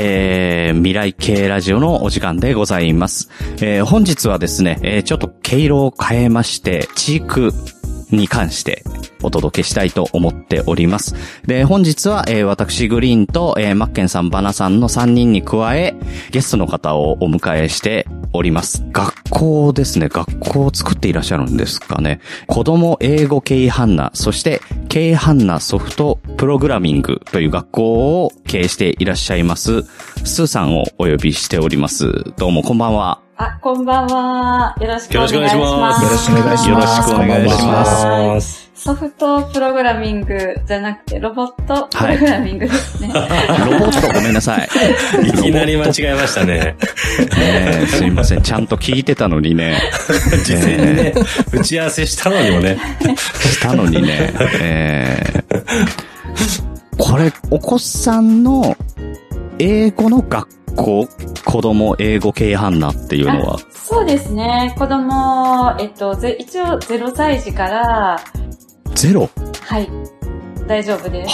未来系ラジオのお時間でございます。本日はですね、ちょっと毛色を変えまして、チークに関してお届けしたいと思っております。で、本日は、私グリーンと、マッケンさん、バナさんの3人に加え、ゲストの方をお迎えしております。学校ですね。学校を作っていらっしゃるんですかね。子供英語経営ハンナ、そして経営ハンナソフトプログラミングという学校を経営していらっしゃいます、スーさんをお呼びしております。どうもこんばんは。 こんばんは。よろしくお願いします。 よろしくお願いします。 よろしくお願いします。 ソフトプログラミングじゃなくて、ロボットプログラミングですね。 はい、ロボットごめんなさい。 いきなり間違えましたね。 すいません。ちゃんと聞いてたのにね。 事前にね、打ち合わせしたのにもね。 したのにね。これ、お子さんの英語の学校、子供英語経営ハンナっていうのはそうですね。子供、一応0歳児から、 0？ はい。大丈夫です。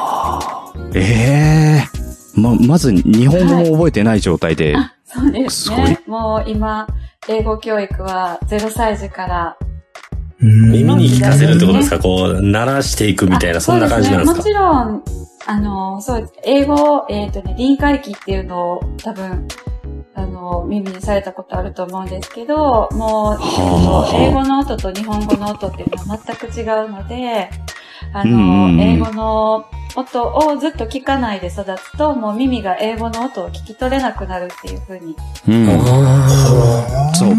まず日本語も覚えてない状態で。 はい、そうですね。もう今、英語教育は0歳児から、 耳に聞かせるってことですか？こう、鳴らしていくみたいな、そんな感じなんですか？ もちろん、そう、英語、臨界期っていうのを多分、耳にされたことあると思うんですけど、もう、英語の音と日本語の音っていうのは全く違うので、英語の音をずっと聞かないで育つと、もう耳が英語の音を聞き取れなくなるっていう風に。 そう、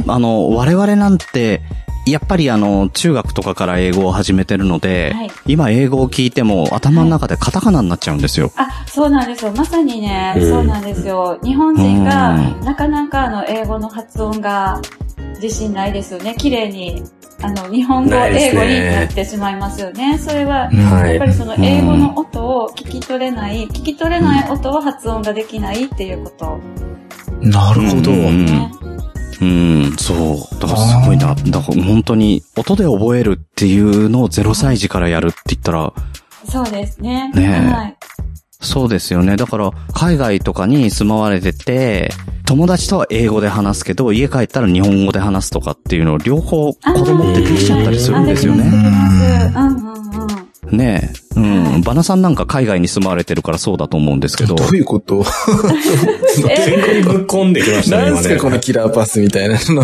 我々なんて、やっぱり中学とかから英語を始めてるので、はい、今英語を聞いても頭の中でカタカナになっちゃうんですよ。 そうなんですよ。まさにね、そうなんですよ。日本人がなかなか英語の発音が自信ないですよね。綺麗に、日本語、英語になってしまいますよね。それは、やっぱりその英語の音を聞き取れない音を発音ができないっていうこと。 なるほど。 そう。だからすごいな。だから本当に音で覚えるっていうのを0歳児からやるって言ったら。 そうですね。 ねえ。 はい。 そうですよね。だから海外とかに住まわれてて、友達とは英語で話すけど、家帰ったら日本語で話すとかっていうのを両方子供ってできちゃったりするんですよね。ねえ。バナさんなんか海外に住まわれてるからそうだと思うんですけど。 どういうこと全国ぶっ込んできましたね。 何すかこのキラーパスみたいなの。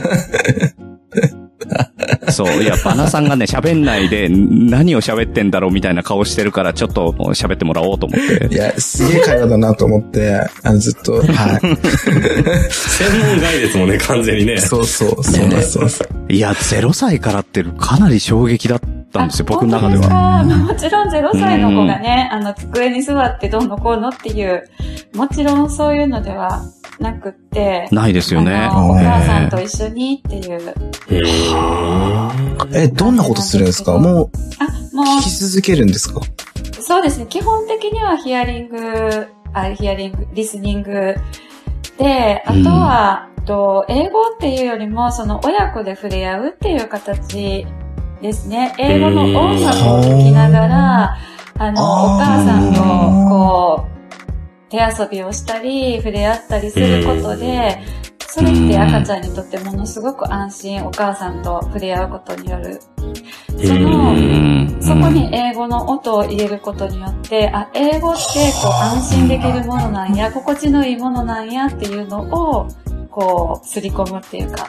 そう。いや、バナさんがね、喋んないで何を喋ってんだろうみたいな顔してるから、ちょっと喋ってもらおうと思って。 いや、すげえ会話だなと思って、ずっと、はい。 専門外ですもんね、完全にね。 そう。 いや、0歳からってかなり衝撃だったんですよ、僕の中では。 もちろん0歳の子がね、机に座ってどうのこうのっていう、もちろんそういうのではなくって、 ないですよね。 お母さんと一緒にっていう。 どんなことするんですか？もう聞き続けるんですか？ そうですね。基本的にはリスニングで、あとは、英語っていうよりも、その親子で触れ合うっていう形ですね。英語の音楽を聴きながら、お母さんと、手遊びをしたり、触れ合ったりすることで、それって赤ちゃんにとってものすごく安心、お母さんと触れ合うことによる。そこに英語の音を入れることによって、英語って安心できるものなんや、心地のいいものなんやっていうのを、すり込むっていうか。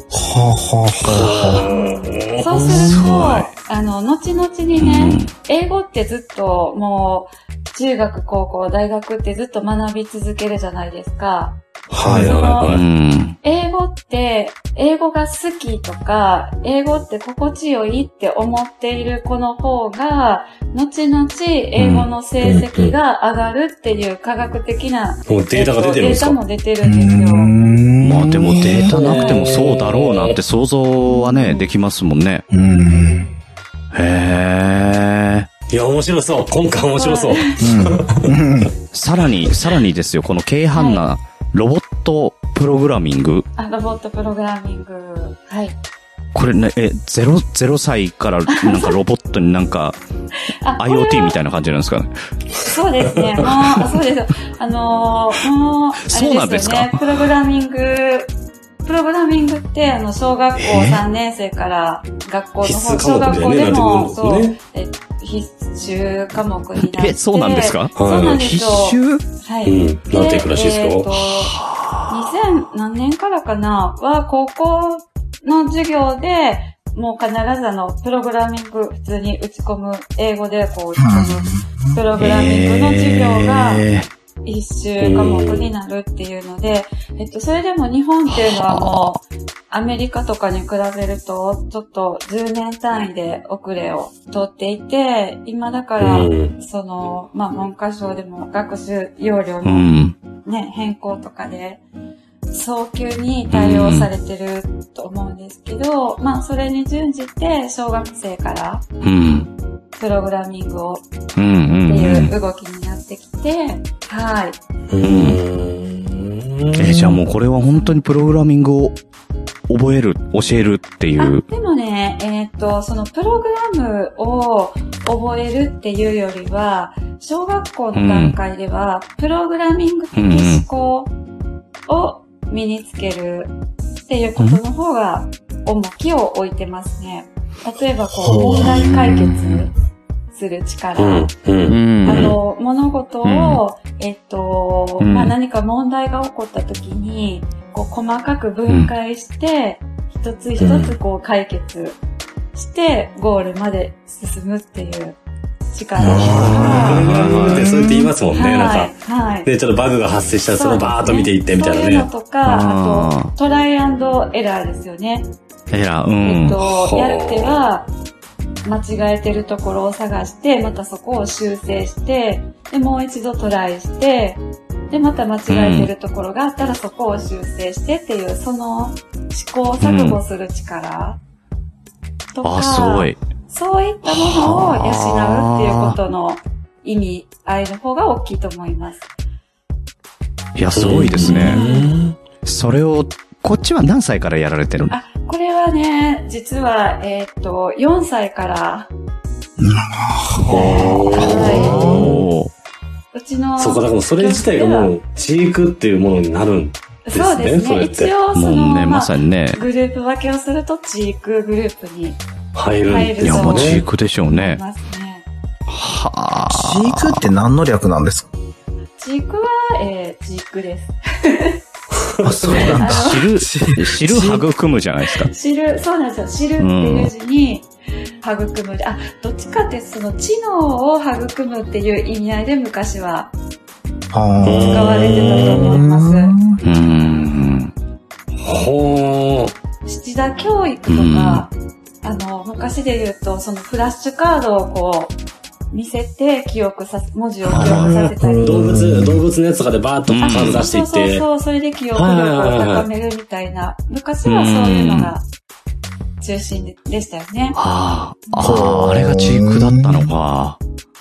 そうすると、後々にね、英語ってずっともう、中学、高校、大学ってずっと学び続けるじゃないですか。英語って、英語が好きとか、英語って心地よいって思っている子の方が、後々英語の成績が上がるっていう科学的な、 データが出てるんですか？ データも出てるんですよ。 まあでもデータなくてもそうだろうなって想像はね、できますもんね。へー。 いや、面白そう。今回面白そう。 さらにですよ、この軽犯なロボットプログラミング。 ロボットプログラミング。はい。 これね、0歳からなんかロボットになんか IoT みたいな感じなんですかね。 そうですね。そうです。もう、 そうなんですか？ プログラミングって、小学校3年生から学校の方、小学校でも、そう、必修科目になって。 そうなんですか？ そうなんですよ。 必修？ はい。 なっていくらしいですよ。 2000何年からかなは、高校の授業で、もう必ずプログラミング、普通に打ち込む、英語でこう打ち込む、プログラミングの授業が、必修科目になるっていうので、それでも日本っていうのはもう、アメリカとかに比べると、ちょっと10年単位で遅れを取っていて、今だから、文科省でも学習要領のね、変更とかで、早急に対応されてると思うんですけど、それに準じて、小学生から、プログラミングを、っていう動きになってきて、はい。 じゃあもうこれは本当にプログラミングを教えるっていう。 でもね、そのプログラムを覚えるっていうよりは、小学校の段階では、プログラミング的思考を身につけるっていうことの方が重きを置いてますね。例えば問題解決する力。物事を、何か問題が起こった時に、細かく分解して、一つ一つ解決して、ゴールまで進むっていう力。 プログラミングってそうやって言いますもんね、 はい。 で、ちょっとバグが発生したらそれをバーッと見ていってみたいなね。 そういうのとか、あと、トライアンドエラーですよね。 やっては、間違えてるところを探して、またそこを修正して、で、もう一度トライして、で、また間違えてるところがあったらそこを修正してっていう、その試行錯誤する力とか、 すごい。 そういったものを養うっていうことの意味合いの方が大きいと思います。 いや、すごいですね。それを、こっちは何歳からやられてるの？ これはね、実は、4歳から、うちの、 そうか、だからそれ自体がもう、チークっていうものになるんですね。 そうですね。一応、 まさにね、 グループ分けをすると、チークグループに入る。 いや、もうチークでしょうね。 チークって何の略なんですか？ チークは、チークです。 そうなんだ。 知る育むじゃないですか。 そうなんですよ。知るっていう字に、育むで、どっちかってその知能を育むっていう意味合いで昔は使われてたと思います。七田教育とか、昔で言うと、そのフラッシュカードを見せて文字を記憶させたり。 動物のやつとかでバーッとカード出していって。 そう、それで記憶力を高めるみたいな。昔はそういうのが中心でしたよね。 あれがチークだったのか。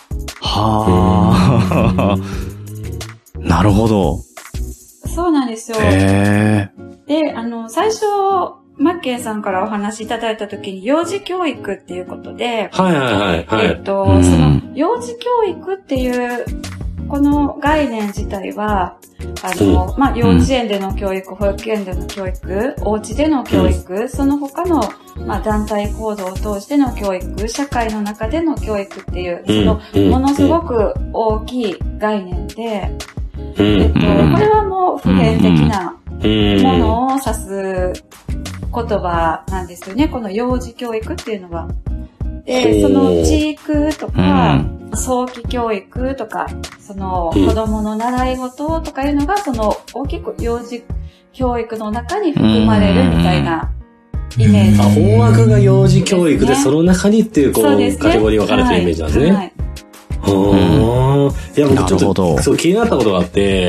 なるほど。 そうなんですよ。で、最初、マッケンさんからお話しいただいたときに、幼児教育っていうことで、その、幼児教育っていう、この概念自体は、幼稚園での教育、保育園での教育、お家での教育、その他の、団体行動を通しての教育、社会の中での教育っていう、その、ものすごく大きい概念で、これはもう普遍的なものを指す言葉なんですよね。この幼児教育っていうのは。で、その知育とか、早期教育とか、その子供の習い事とかいうのが、その大きく幼児教育の中に含まれるみたいなイメージ。 大枠が幼児教育で、その中にっていう、カテゴリー分かれてるイメージなんですね。いや、僕ちょっと、そう気になったことがあって、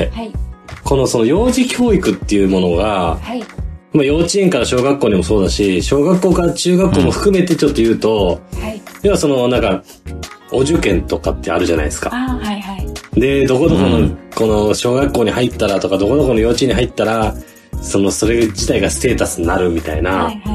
その幼児教育っていうものが、幼稚園から小学校にもそうだし、小学校から中学校も含めてちょっと言うと、要はお受験とかってあるじゃないですか。で、どこどこの、この小学校に入ったらとか、どこどこの幼稚園に入ったら、それ自体がステータスになるみたいな、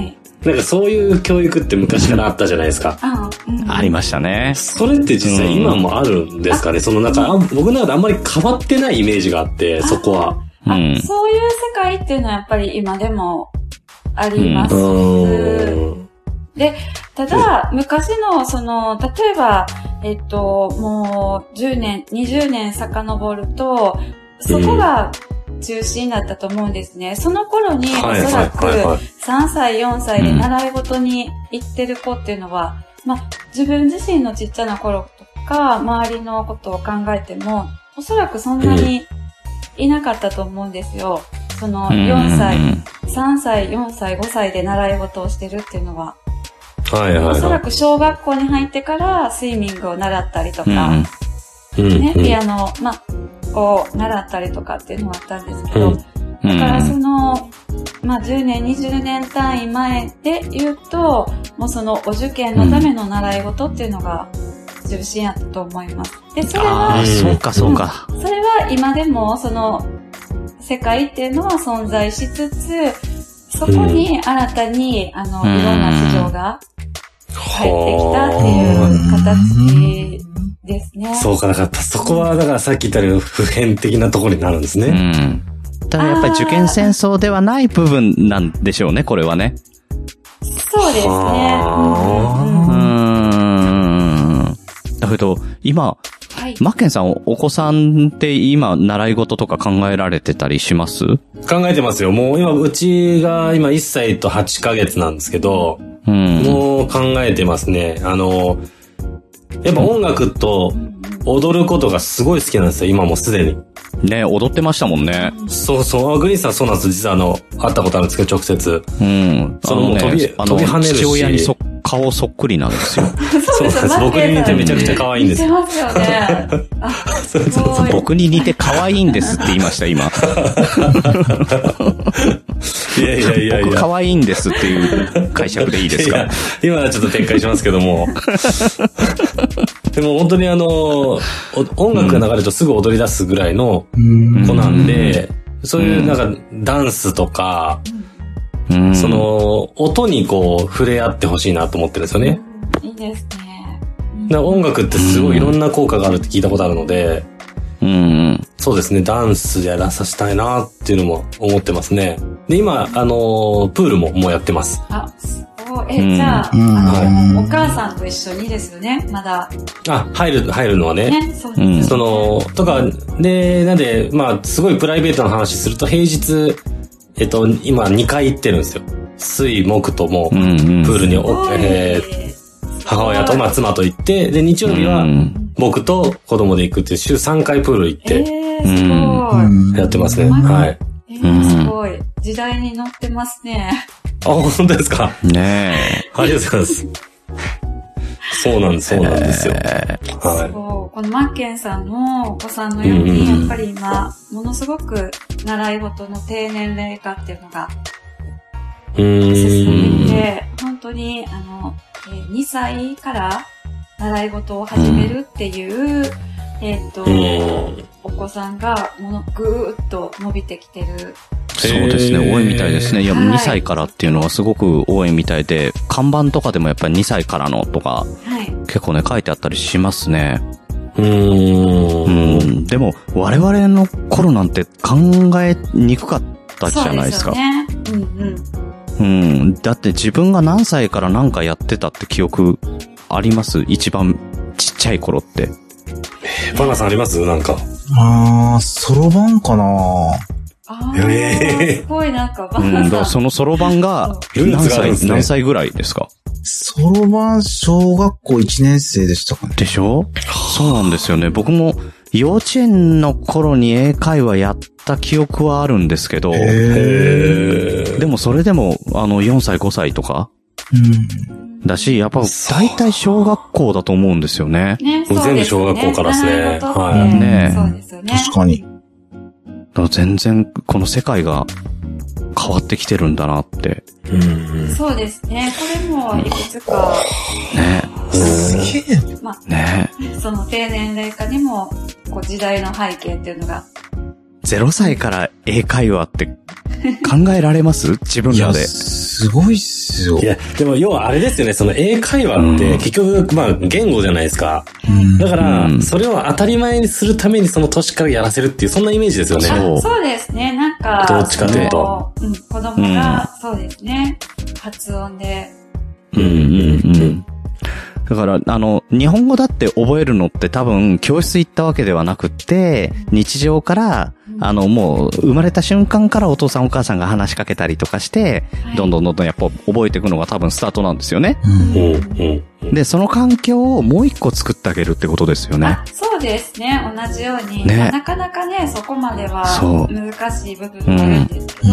なんかそういう教育って昔からあったじゃないですか。 ありましたね。 それって実際今もあるんですかね。そのなんか、僕の中であんまり変わってないイメージがあって、そこは。 そういう世界っていうのはやっぱり今でもあります。で、ただ、昔の、例えば、もう10年、20年遡ると、そこが中心だったと思うんですね。その頃に、おそらく3歳、4歳で習い事に行ってる子っていうのは、自分自身のちっちゃな頃とか、周りのことを考えても、おそらくそんなにいなかったと思うんですよ。4歳、3歳、4歳、5歳で習い事をしてるっていうのは。おそらく小学校に入ってからスイミングを習ったりとか、ね、ピアノを習ったりとかっていうのがあったんですけど、だから10年、20年単位前で言うと、もうお受験のための習い事っていうのが中心やったと思います。で、それは、 そうか。 それは今でも世界っていうのは存在しつつ、そこに新たに、いろんな市場が入ってきたっていう形ですね。 そうか、だからそこは、だからさっき言ったように普遍的なところになるんですね。 ただやっぱり受験戦争ではない部分なんでしょうね、これはね。 そうですね。 だけど、今、マッケンさん、お子さんって今、習い事とか考えられてたりします？ 考えてますよ。もう今、うちが今1歳と8ヶ月なんですけど、もう考えてますね。やっぱ音楽と踊ることがすごい好きなんですよ、今もすでに。 ね、踊ってましたもんね。 そうそう。グリーンさんそうなんです。実は会ったことあるんですけど、直接。 飛び跳ねるし。父親に顔そっくりなんですよ。 そうなんです。僕に似てめちゃくちゃ可愛いんですよ。 似てますよね。 そう僕に似て可愛いんですって言いました、今。 いや。 僕可愛いんですっていう解釈でいいですか？ 今はちょっと展開しますけども。でも本当に音楽が流れるとすぐ踊り出すぐらいの子なんで、そういうなんかダンスとか、音に触れ合ってほしいなと思ってるんですよね。 いいですね。 音楽ってすごいいろんな効果があるって聞いたことあるので、そうですね、ダンスやらさせたいなっていうのも思ってますね。で、今、プールももうやってます。 じゃあ、お母さんと一緒にですよね、まだ。 入るのはね。 そうです。 とか、で、なんで、すごいプライベートな話すると、平日、今2回行ってるんですよ。水、木とも、プールに、母親と、妻と行って、で、日曜日は、僕と子供で行くっていう週3回プール行って、 すごい。 やってますね。はい。 すごい。時代に乗ってますね。 本当ですか？ ねえ。ありがとうございます。そうなんですよ。 このマッケンさんのお子さんのように、やっぱり今、ものすごく習い事の低年齢化っていうのが、進んでいて、本当に、2歳から習い事を始めるっていう、お子さんがぐーっと伸びてきてる。 そうですね、多いみたいですね。いや、2歳からっていうのはすごく多いみたいで、看板とかでもやっぱり2歳からのとか、結構ね、書いてあったりしますね。でも、我々の頃なんて考えにくかったじゃないですか。 そうですよね。 だって自分が何歳から何かやってたって記憶あります？一番ちっちゃい頃って。 バナさんあります？なんか。 そろばんかな。 すごいなんかバナさん。 そのそろばんが何歳ぐらいですか？ そろばん小学校1年生でしたかね。 でしょ？そうなんですよね。僕も幼稚園の頃に英会話やった記憶はあるんですけど、でもそれでも4歳5歳とかだし、やっぱ大体小学校だと思うんですよね。 全部小学校からですね。 そうですよね。 確かに。 全然この世界が変わってきてるんだなって。 そうですね。これもいくつか。 すげえ。 その低年齢化にも時代の背景っていうのが 0歳から英会話って考えられます自分らで。 すごいっすよ。 いや、でも要はあれですよね、その英会話って結局、まあ言語じゃないですか。だから、それを当たり前にするためにその年からやらせるっていう、そんなイメージですよね。 そうですね、なんか、 どっちかというと。 子供が、そうですね、発音で。 だから、日本語だって覚えるのって多分、教室行ったわけではなくって、日常から、もう、生まれた瞬間からお父さんお母さんが話しかけたりとかして、どんどんやっぱ覚えていくのが多分スタートなんですよね。で、その環境をもう一個作ってあげるってことですよね。 そうですね、同じように。ね、なかなかね、そこまでは難しい部分があるんですけ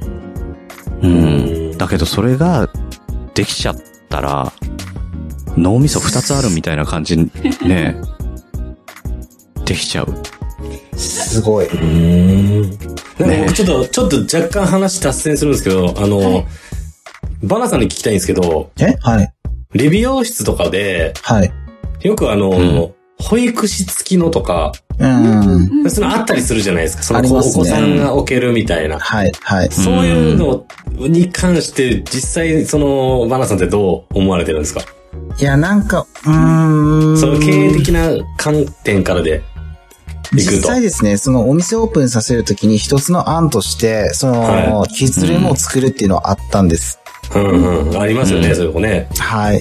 ど。 だけどそれができちゃったら、脳みそ2つあるみたいな感じね、できちゃう。 すごい。 僕ちょっと若干話脱線するんですけど、バナさんに聞きたいんですけど、 はい。 理美容室とかで、 はい。 よく保育士付きのとか、そのあったりするじゃないですか。そのお子さんが置けるみたいな。 はい、はい。 そういうのに関して、実際、バナさんってどう思われてるんですか？ いや、なんか、 その経営的な観点からで行くと。 実際ですね、そのお店オープンさせるときに一つの案として、キッズルームを作るっていうのはあったんです。 ありますよね、そういう子ね。 はい。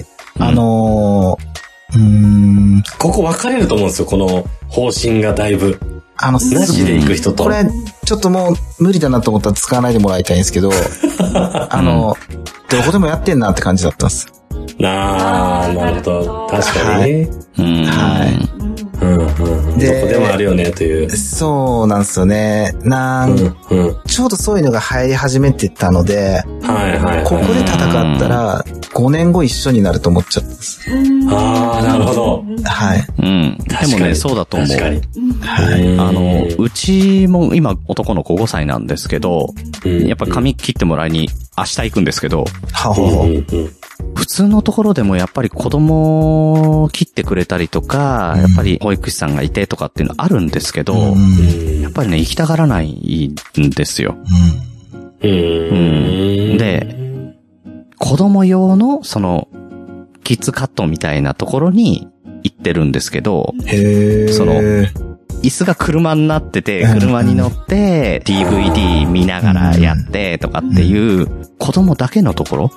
ここ分かれると思うんですよ、この方針がだいぶ。なしで行く人と。 これ、ちょっともう無理だなと思ったら使わないでもらいたいんですけど、どこでもやってんなって感じだったんです。 なるほど。確かにね。 はい。 どこでもあるよね、という。 そうなんですよね。ちょうどそういうのが入り始めてたので、ここで戦ったら、5年後一緒になると思っちゃったんです。 なるほど。 はい。 でもね、そうだと思う。 確かに。 はい。うちも今男の子5歳なんですけど、やっぱ髪切ってもらいに明日行くんですけど、普通のところでもやっぱり子供を切ってくれたりとか、やっぱり保育士さんがいてとかっていうのあるんですけど、やっぱりね、行きたがらないんですよ。で、子供用のキッズカットみたいなところに行ってるんですけど、椅子が車になってて、車に乗って、DVD 見ながらやってとかっていう、子供だけのところ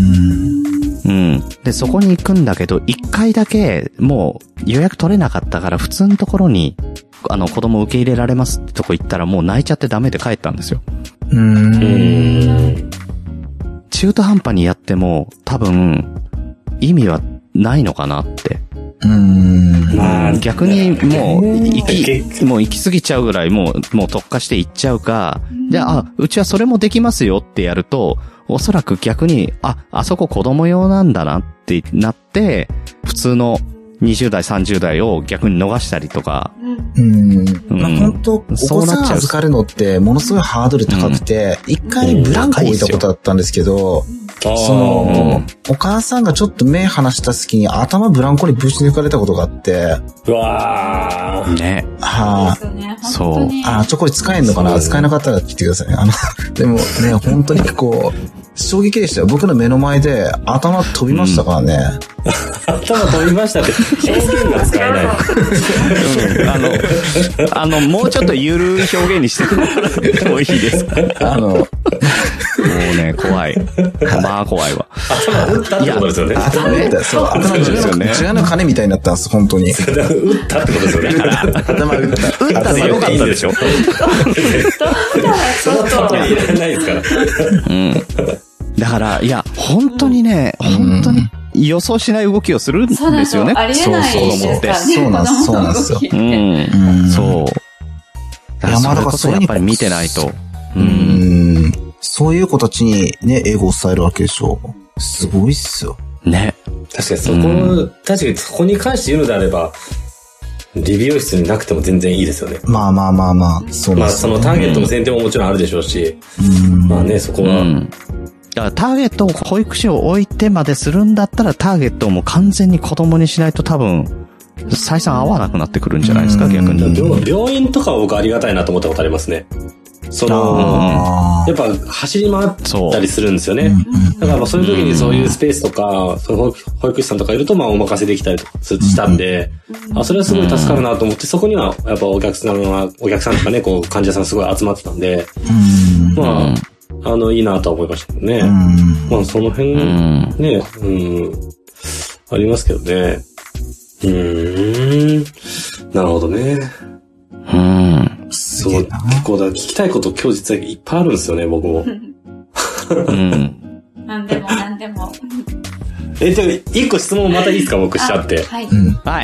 で、そこに行くんだけど、1回だけ、もう予約取れなかったから、普通のところに、子供受け入れられますってとこ行ったら、もう泣いちゃってダメで帰ったんですよ。中途半端にやっても、多分、意味はないのかなって。逆にもう行き過ぎちゃうぐらいもう特化して行っちゃうか、じゃあ、うちはそれもできますよってやると、おそらく逆に、あそこ子供用なんだなってなって、普通の20代、30代を逆に逃したりとか。 本当お子さん預かるのってものすごいハードル高くて、一回ブランコ置いたことだったんですけど、お母さんがちょっと目離した隙に頭ブランコにぶち抜かれたことがあって。 うわー。 ね。 そう。 これ使えんのかな？使えなかったら聞いてくださいね。でもね、本当に衝撃でしたよ。僕の目の前で頭飛びましたからね。 頭飛びましたって表現が使えない。もうちょっとゆるい表現にしてもらってもいいですか？もうね、怖い。まあ怖いわ。 頭打ったってことですよね。 頭打った。そう、頭10の鐘みたいになったんです、本当に。 打ったってことですよね。 頭打った。 打ったでよかったでしょ。 その例えいらないですから。 だから、いや、本当にね、本当に予想しない動きをするんですよね。 そう思って。 そうなんですよ。 そう。だからそれこそやっぱり見てないと。 そういう子たちにね、英語を伝えるわけでしょ。すごいっすよ。 ね。 確かに確かにそこに関して言うのであれば、理美容室になくても全然いいですよね。 まあ、そうです。 そのターゲットの選定ももちろんあるでしょうし、まあね、そこは。 だからターゲットを保育士を置いてまでするんだったらターゲットをもう完全に子供にしないと多分採算合わなくなってくるんじゃないですか、逆に。 病院とかは僕ありがたいなと思ったことありますね。やっぱ走り回ったりするんですよね。だからそういう時にそういうスペースとか、その保育士さんとかいるとお任せできたりとかしたんで、それはすごい助かるなと思って、そこにはやっぱお客さんとかね、こう患者さんすごい集まってたんで、いいなとは思いましたけどね。その辺、ね、ありますけどね。なるほどね。そう、結構聞きたいこと今日実はいっぱいあるんですよね、僕も。 なんでも。 一個質問またいいですか、僕しちゃって。 はい。 はい。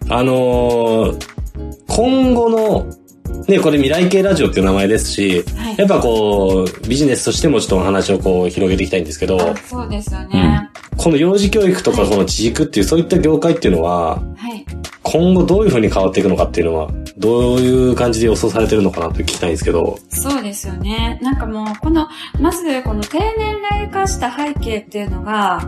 今後の、ね、これ未来系ラジオっていう名前ですし、やっぱこう、ビジネスとしてもちょっとお話をこう広げていきたいんですけど。 そうですよね。 この幼児教育とかこの地軸っていうそういった業界っていうのは、今後どういう風に変わっていくのかっていうのは、どういう感じで予想されてるのかなって聞きたいんですけど。 そうですよね。なんかもう、まずこの低年齢化した背景っていうのが、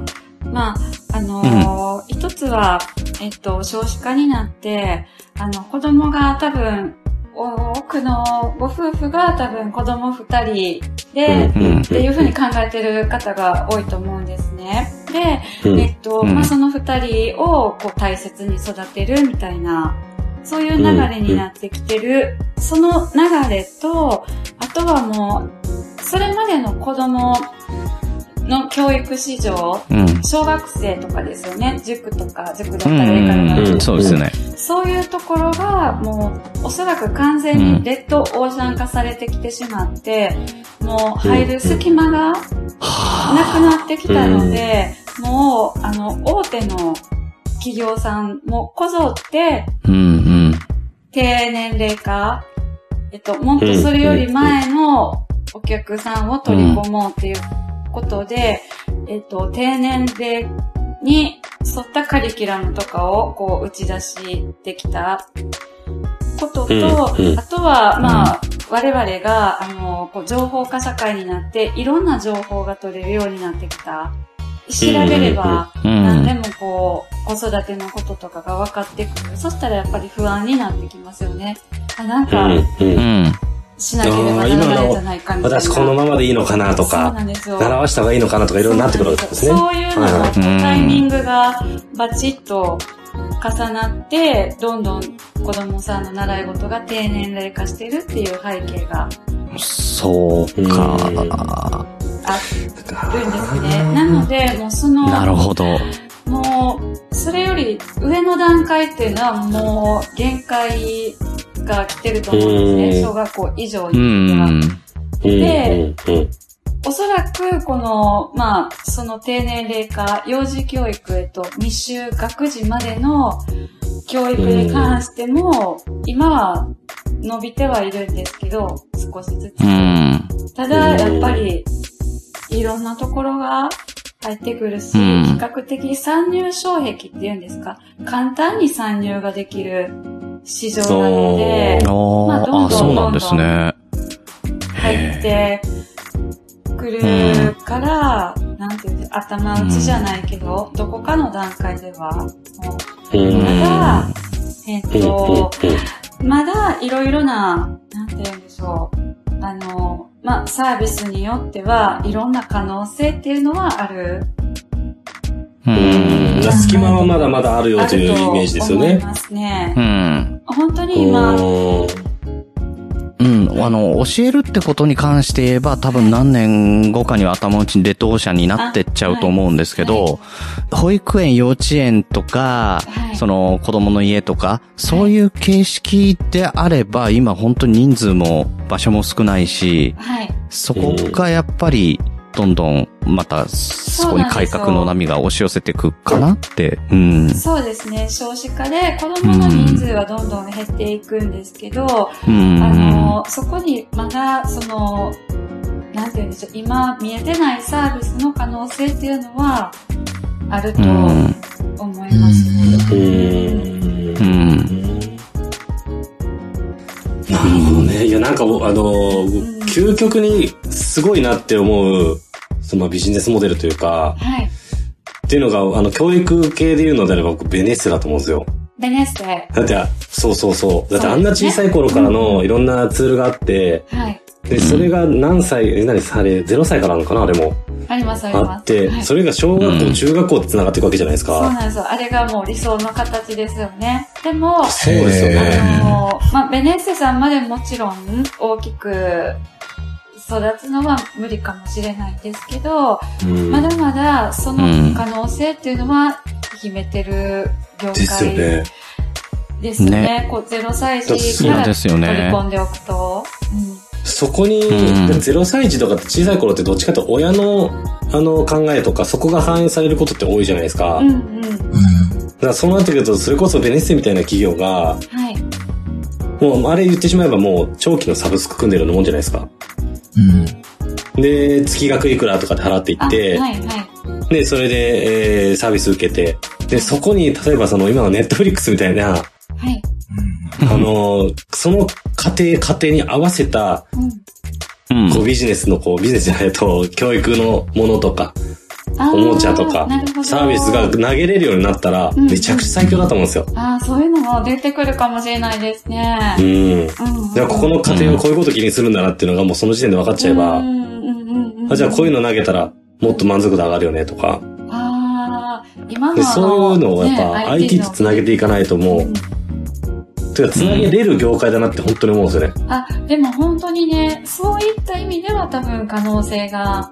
一つは、少子化になって、子供が多分、多くのご夫婦が多分子供2人で、っていうふうに考えてる方が多いと思うんですね。で、その2人をこう大切に育てるみたいな、そういう流れになってきてる、その流れと、あとはもう、それまでの子供の教育市場、小学生とかですよね。塾だったら英会話そうですね。 そういうところがもうおそらく完全にレッドオーシャン化されてきてしまって、もう入る隙間がなくなってきたので、もう大手の企業さんもこぞって、低年齢化、もっとそれより前のお客さんを取り込もうっていうことで、低年齢に沿ったカリキュラムとかをこう打ち出してきたことと、あとは我々がこう情報化社会になっていろんな情報が取れるようになってきた。調べれば何でもこう子育てのこととかが分かってくる。そしたらやっぱり不安になってきますよね。なんか、しなければならないんじゃないかみたいな。 私このままでいいのかなとか、習わした方がいいのかなとかいろいろなってくるわけですね。 そういうののタイミングがバチッと重なって、どんどん子供さんの習い事が低年齢化してるっていう背景が。 そうか。 あるんですね。なので、もうなるほど。 もう、それより上の段階っていうのはもう限界が来てると思うんですね。小学校以上にで、おそらくこの、その低年齢化、幼児教育未就学児までの教育に関しても、今は伸びてはいるんですけど、少しずつ。ただ、やっぱり、いろんなところが入ってくるし、比較的参入障壁っていうんですか、簡単に参入ができる市場なので、どんどん入ってくるから、なんていうんですか、頭打ちじゃないけど、どこかの段階では、まだいろいろな、なんて言うんでしょう、サービスによってはいろんな可能性っていうのはある。 隙間はまだまだあるよというイメージですよね。 思いますね。本当に今、 教えるってことに関して言えば、多分何年後かには頭打ちレッドオーシャンになってっちゃうと思うんですけど、保育園、幼稚園とか、その子供の家とか、そういう形式であれば、今本当に人数も場所も少ないし、そこがやっぱり、どんどんまたそこに改革の波が押し寄せていくかなって。 そうですね。少子化で子供の人数はどんどん減っていくんですけど、そこにまだなんて言うんでしょう、今見えてないサービスの可能性っていうのはあると思いますね。 なるほどね。いや、なんか究極にすごいなって思う、ビジネスモデルというか、っていうのが、教育系で言うのであれば僕、ベネッセだと思うんですよ。 ベネッセ。 だって、そう。だってあんな小さい頃からのいろんなツールがあって、 はい。 で、それが何歳、0歳からなのかなあれも。 あります。 あって、それが小学校、中学校って繋がっていくわけじゃないですか。 そうなんですよ。あれがもう理想の形ですよね。でも、 そうですよね。 ベネッセさんまでもちろん大きく育つのは無理かもしれないですけど、まだまだその可能性っていうのは秘めてる業界ですね。こう0歳児から取り込んでおくと。 そこに、0歳児とかって小さい頃ってどっちかと親の考えとかそこが反映されることって多いじゃないですか。だからそうなってくると、それこそベネッセみたいな企業が、もうあれ言ってしまえばもう長期のサブスク組んでるようなもんじゃないですか。で、月額いくらとかで払っていって、で、それで、サービス受けて、で、そこに、例えば今のネットフリックスみたいな、その家庭に合わせた、こうビジネスじゃないと、教育のものとか、おもちゃとか、サービスが投げれるようになったら、めちゃくちゃ最強だと思うんですよ。 そういうのも出てくるかもしれないですね。 じゃあ、ここの家庭はこういうこと気にするんだなっていうのがもうその時点で分かっちゃえば、じゃあこういうの投げたら、もっと満足度上がるよねとか。 今のそういうのをやっぱ IT と繋げていかないともう、繋げれる業界だなって本当に思うんですよね。 でも本当にね、そういった意味では多分可能性があ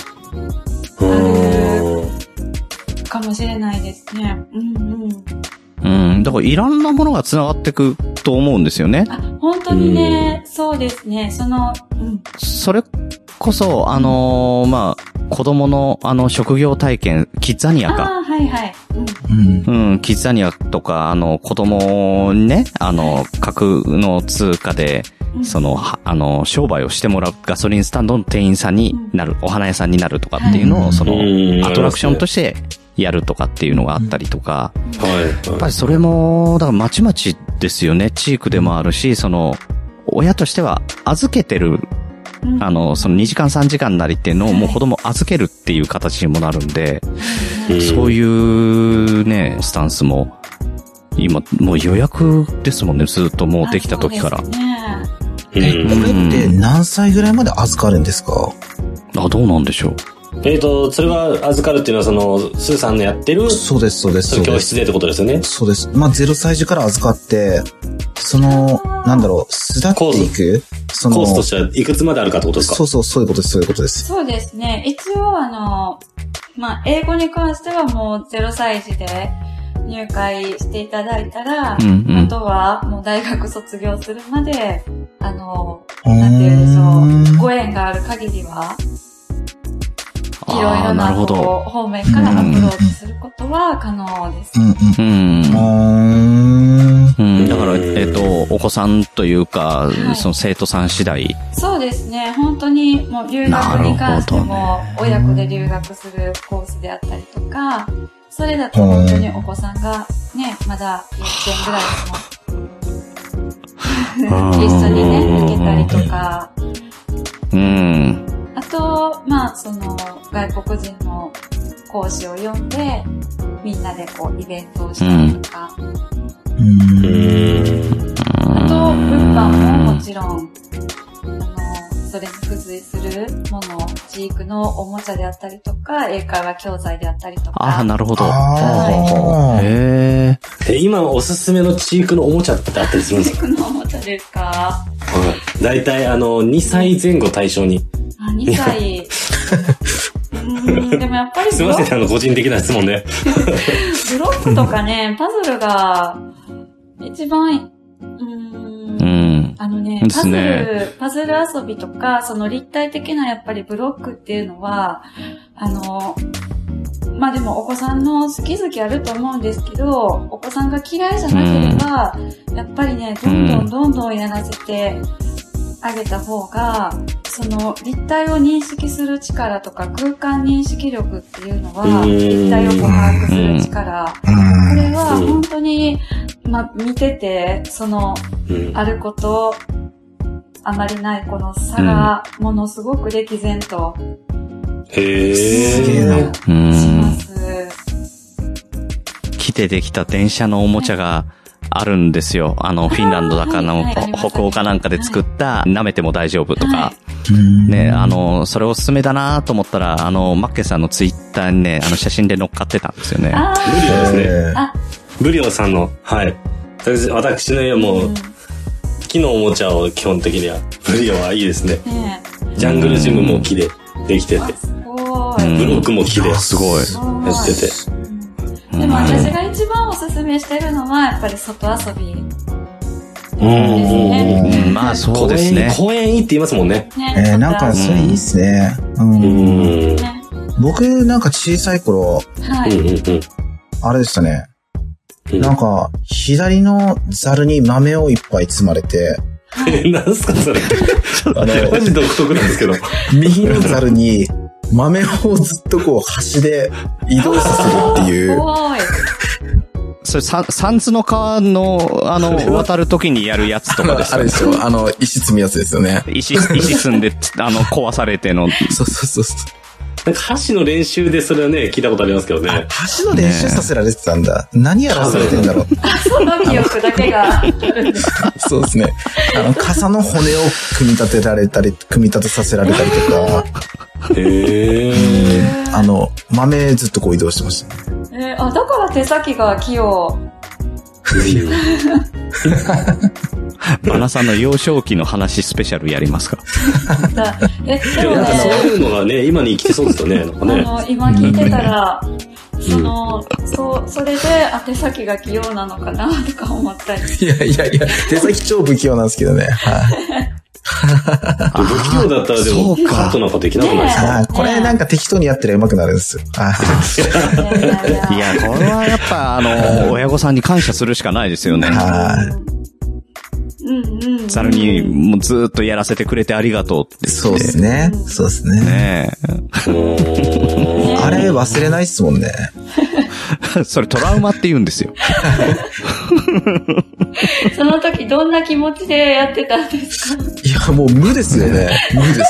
るかもしれないですね。 だからいろんなものが繋がっていくと思うんですよね。 本当にね、そうですね。 それこそ、子供の職業体験、キッザニアか。キッザニアとか、子供にね、架空の通貨で、商売をしてもらうガソリンスタンドの店員さんになる、お花屋さんになるとかっていうのを、アトラクションとしてやるとかっていうのがあったりとか、やっぱりそれも、だからまちまちですよね。チークでもあるし、親としては預けてる、2時間3時間なりっていうのをもう子供預けるっていう形にもなるんで、そういうね、スタンスも、今、もう予約ですもんね、ずっともうできた時から。これって何歳ぐらいまで預かるんですか？ どうなんでしょう。 それは預かるっていうのはスーさんのやってるそうです。 教室でってことですよね。 そうです。0歳児から預かって、巣立っていくコースとしてはいくつまであるかってことですか？ そういうことです。 そうですね。一応英語に関してはもう0歳児で入会していただいたら、あとはもう大学卒業するまで、なんていうんでしょう、ご縁がある限りは、いろいろな方面からアプローチすることは可能です。 だから、お子さんというか、その生徒さん次第。 そうですね。本当にもう留学に関しても、親子で留学するコースであったりとか、それだと本当にお子さんがね、まだ幼稚園ぐらいでも、一緒にね、受けたりとか。あと、外国人の講師を呼んで、みんなでイベントをしたりとか。あと、物販ももちろん、それに付随するもの、チークのおもちゃであったりとか、英会話教材であったりとか。 なるほど。 今おすすめのチークのおもちゃってあったりするんですか？ チークのおもちゃですか？ だいたい2歳前後対象に。 2歳。でもやっぱりすいません、個人的な質問で。 ブロックとかね、パズルが、一番、パズル遊びとか、立体的なやっぱりブロックっていうのは、でもお子さんの好き好きあると思うんですけど、お子さんが嫌いじゃなければ、やっぱりね、どんどんやらせてあげた方が、立体を認識する力とか空間認識力っていうのは、立体を把握する力。これは本当に、見てて、あること、あまりないこの差がものすごく歴然と、 します。 きっでできた電車のおもちゃがあるんですよ。フィンランドだかの北欧かなんかで作った舐めても大丈夫とか。ね、それおすすめだなと思ったら、マッケさんのツイッターにね、写真で乗っかってたんですよね。 ブリオですね。ブリオさんの、はい。私のもう、木のおもちゃを基本的には、ブリオはいいですね。ジャングルジムも木でできてて。ブロックも木で。 すごい。 やってて。 でも私が一番おすすめしてるのは、やっぱり外遊び。 まあそうですね。 公園いいって言いますもんね。 なんかそれいいっすね。僕なんか小さい頃、あれでしたね。なんか左のザルに豆をいっぱい積まれて。 なんすかそれ。マジ独特なんですけど。 右のザルに豆をずっとこう端で移動させるっていう。 それ、三途の川の、渡るときにやるやつとかですか？ あれですよ。石積むやつですよね。 石積んで、壊されての。 そう。 なんか箸の練習でそれはね、聞いたことありますけどね。 箸の練習させられてたんだ。何やらされてんだろう。 その記憶だけがあるんです。 そうですね。傘の骨を組み立てさせられたりとか。豆ずっとこう移動してましたね。 だから手先が器用。 バナさんの幼少期の話スペシャルやりますか？ でもね、 そういうのがね、今に生きてそうですよね。なんかね今聞いてたら、それで、手先が器用なのかなとか思ったり。 いや、手先超不器用なんですけどね。 不器用だったらでも、カットなんかできなくないですか？ これなんか適当にやってりゃ上手くなるんですよ。 いや、これはやっぱ親御さんに感謝するしかないですよね。ザルにもうずーっとやらせてくれてありがとうって。 そうですね。ねあれ忘れないっすもんね。 それトラウマって言うんですよ。 その時どんな気持ちでやってたんですか？ いや、もう無ですよね。無です。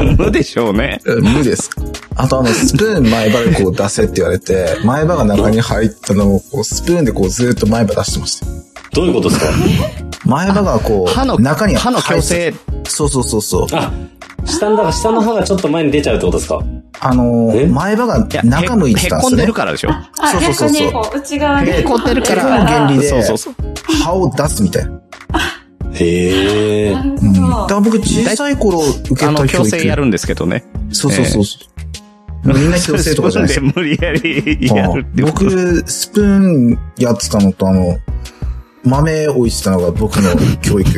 無でしょうね。 無です。あとスプーン前歯でこう出せって言われて、前歯が中に入ったのをこうスプーンでこうずーっと前歯出してました。 どういうことですか？ 前歯がこう、中に歯の矯正。 そう。 あ、下の歯がちょっと前に出ちゃうってことですか？ 前歯が中向いてたんですね。 へこんでるからでしょ？ そう。内側に。 へこんでるから。 原理で、歯を出すみたいな。 へなるほど。 だから僕小さい頃受けた教育。 矯正やるんですけどね。 そう。みんな矯正とかじゃないですか。 スプーンで無理やりやるってこと。 僕、スプーンやってたのと豆置いてたのが僕の教育です。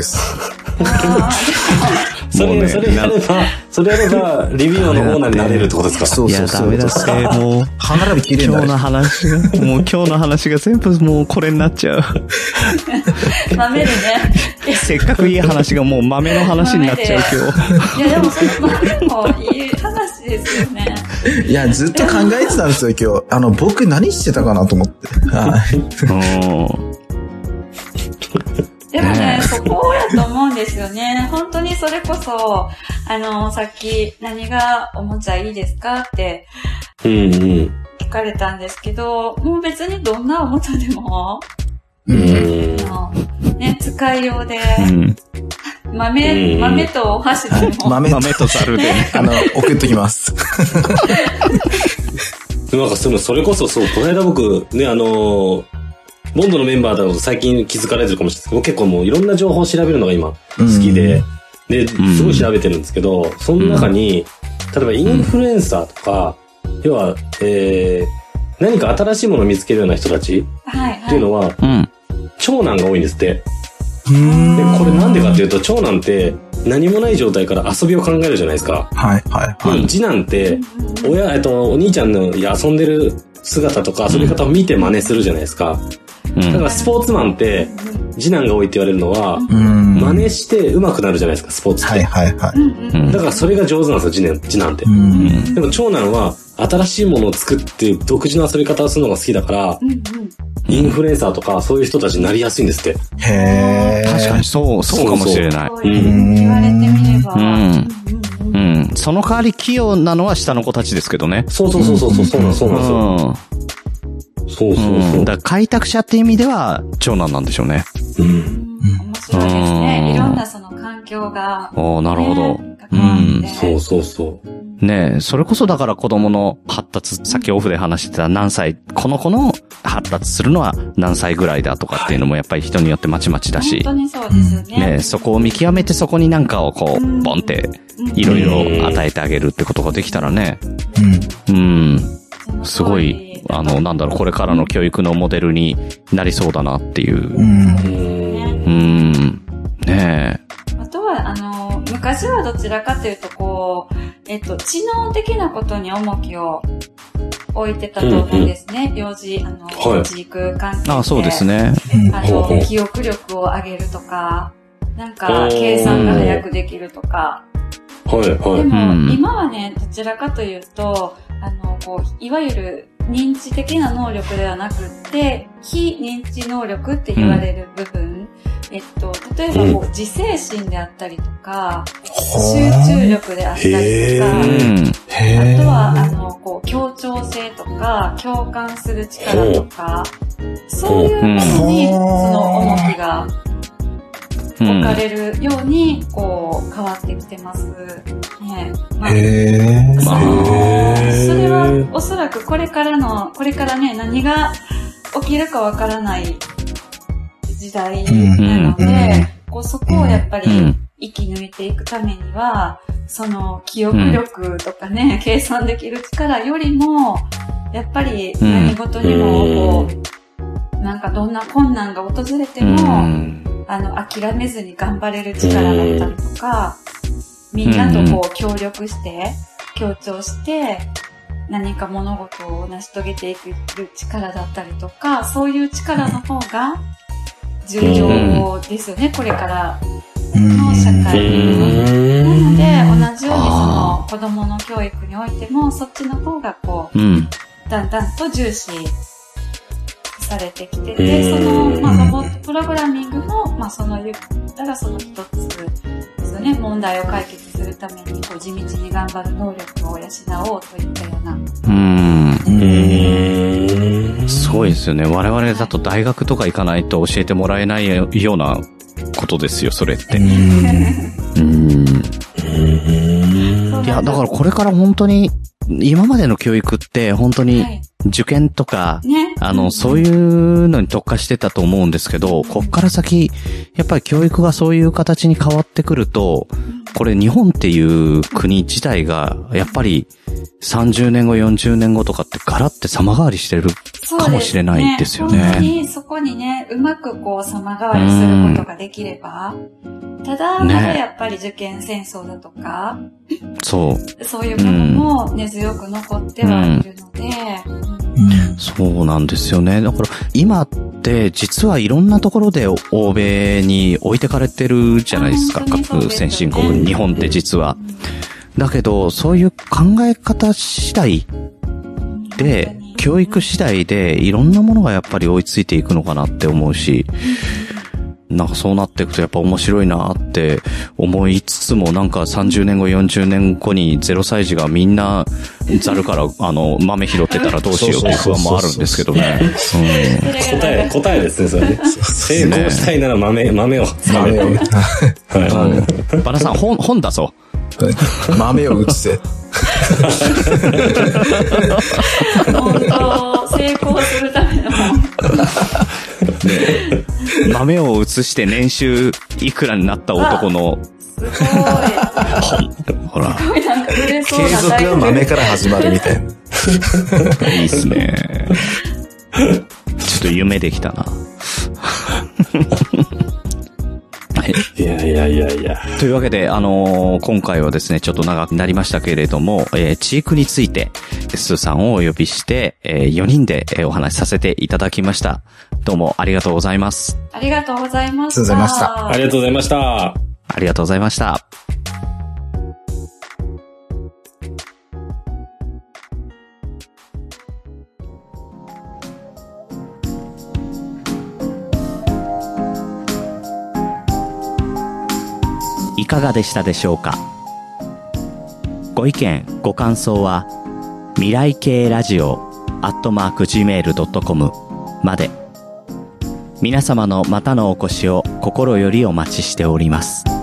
それやれば、リビオのオーナーになれるってことですか？ そう。いや、ダメだって、もう。 歯並び綺麗になる。 今日の話が全部もうこれになっちゃう。 豆でね。 せっかくいい話がもう豆の話になっちゃう今日。いや、でもその豆もいい話ですよね。 いや、ずっと考えてたんですよ、今日。僕何してたかなと思って。 でもね、そこやと思うんですよね。本当にそれこそ、さっき何がおもちゃいいですかって聞かれたんですけど、もう別にどんなおもちゃでも、ね、使いようで、豆とお箸でも。 豆とザルで、 送っときます。 なんかそれこそそう、この間僕、ね、ボンドのメンバーだと最近気づかれてるかもしれないですけど、結構もういろんな情報を調べるのが今好きで、すごい調べてるんですけど、その中に、例えばインフルエンサーとか、要は、何か新しいものを見つけるような人たちっていうのは、長男が多いんですって。で、これなんでかっていうと、長男って何もない状態から遊びを考えるじゃないですか。次男って、お兄ちゃんの遊んでる姿とか遊び方を見て真似するじゃないですか。だからスポーツマンって次男が多いって言われるのは、真似して上手くなるじゃないですか、スポーツって。だからそれが上手なんですよ、次男って。でも長男は新しいものを作って独自の遊び方をするのが好きだから、インフルエンサーとかそういう人たちになりやすいんですって。 へー。確かにそうかもしれない。 言われてみれば。 その代わり器用なのは下の子たちですけどね。 そうなんですよ。 そうそうそう。 だから開拓者って意味では長男なんでしょうね。 面白いですね。いろんなその環境が、 なるほど。 そうそうそう。 ねえ、それこそだから子供の発達、さっきオフで話してた何歳、この子の発達するのは何歳ぐらいだとかっていうのもやっぱり人によってまちまちだし。 本当にそうですよね。 ねえ、そこを見極めてそこになんかをこう、ボンって、いろいろ与えてあげるってことができたらね。すごい、なんだろう、これからの教育のモデルになりそうだなっていう。ねえ。 あとは、昔はどちらかというと、こう、知能的なことに重きを置いてたと思うんですね。幼児、知育関係で。 そうですね。 記憶力を上げるとか、なんか、計算が早くできるとか。でも、今はね、どちらかというと、こう、いわゆる認知的な能力ではなくって、非認知能力って言われる部分。例えばこう、自制心であったりとか、集中力であったりとか、あとは、こう、協調性とか、共感する力とか、そういうものに、その重きが置かれるように、こう、変わってきてます。ね。それは、おそらくこれからね、何が起きるかわからない時代なので、こうそこをやっぱり生き抜いていくためには、その記憶力とかね、計算できる力よりも、やっぱり何事にもこう、なんかどんな困難が訪れても、諦めずに頑張れる力だったりとか、みんなとこう協力して、協調して、何か物事を成し遂げていく力だったりとか、そういう力の方が重要ですよね、これからの社会に。なので、同じようにその子供の教育においても、そっちの方がこう、だんだんと重視されてきてて、その、ロボットプログラミングも、言ったらその一つですよね、問題を解決するために、こう、地道に頑張る能力を養おうといったような。 すごいですよね。我々だと大学とか行かないと教えてもらえないようなことですよ、それって。いや、だからこれから本当に、今までの教育って本当に受験とか、そういうのに特化してたと思うんですけど、こっから先、やっぱり教育がそういう形に変わってくると、これ日本っていう国自体が、やっぱり30年後、40年後とかってガラって様変わりしてるかもしれないですよね。 本当にそこにね、うまくこう様変わりすることができれば、ただ、まだやっぱり受験戦争だとか、そういうものも根強く残ってはいるので、 そうなんですよね。だから今って実はいろんなところで欧米に置いてかれてるじゃないですか、各先進国、日本って実は。だけど、そういう考え方次第で、教育次第でいろんなものがやっぱり追いついていくのかなって思うし、なんかそうなっていくとやっぱ面白いなって思いつつも、なんか30年後40年後に0歳児がみんなザルから豆拾ってたらどうしようって不安もあるんですけどね。 答えですね、それね。成功したいなら豆を。 バナさん、本だぞ。 豆を移せ。 本当、成功するための。 豆を移して年収いくらになった男の。 すごい。 ほら。 すごいなんか売れそうな。 継続は豆から始まるみたいな。 いいっすね。ちょっと夢できたな。 いや。 というわけで、今回はですね、ちょっと長くなりましたけれども、知育について、スーさんをお呼びして、4人でお話しさせていただきました。どうもありがとうございます。 ありがとうございました。 ありがとうございました。 ありがとうございました。いかがでしたでしょうか。ご意見、ご感想は、未来系ラジオ @gmail.com まで。皆様のまたのお越しを心よりお待ちしております。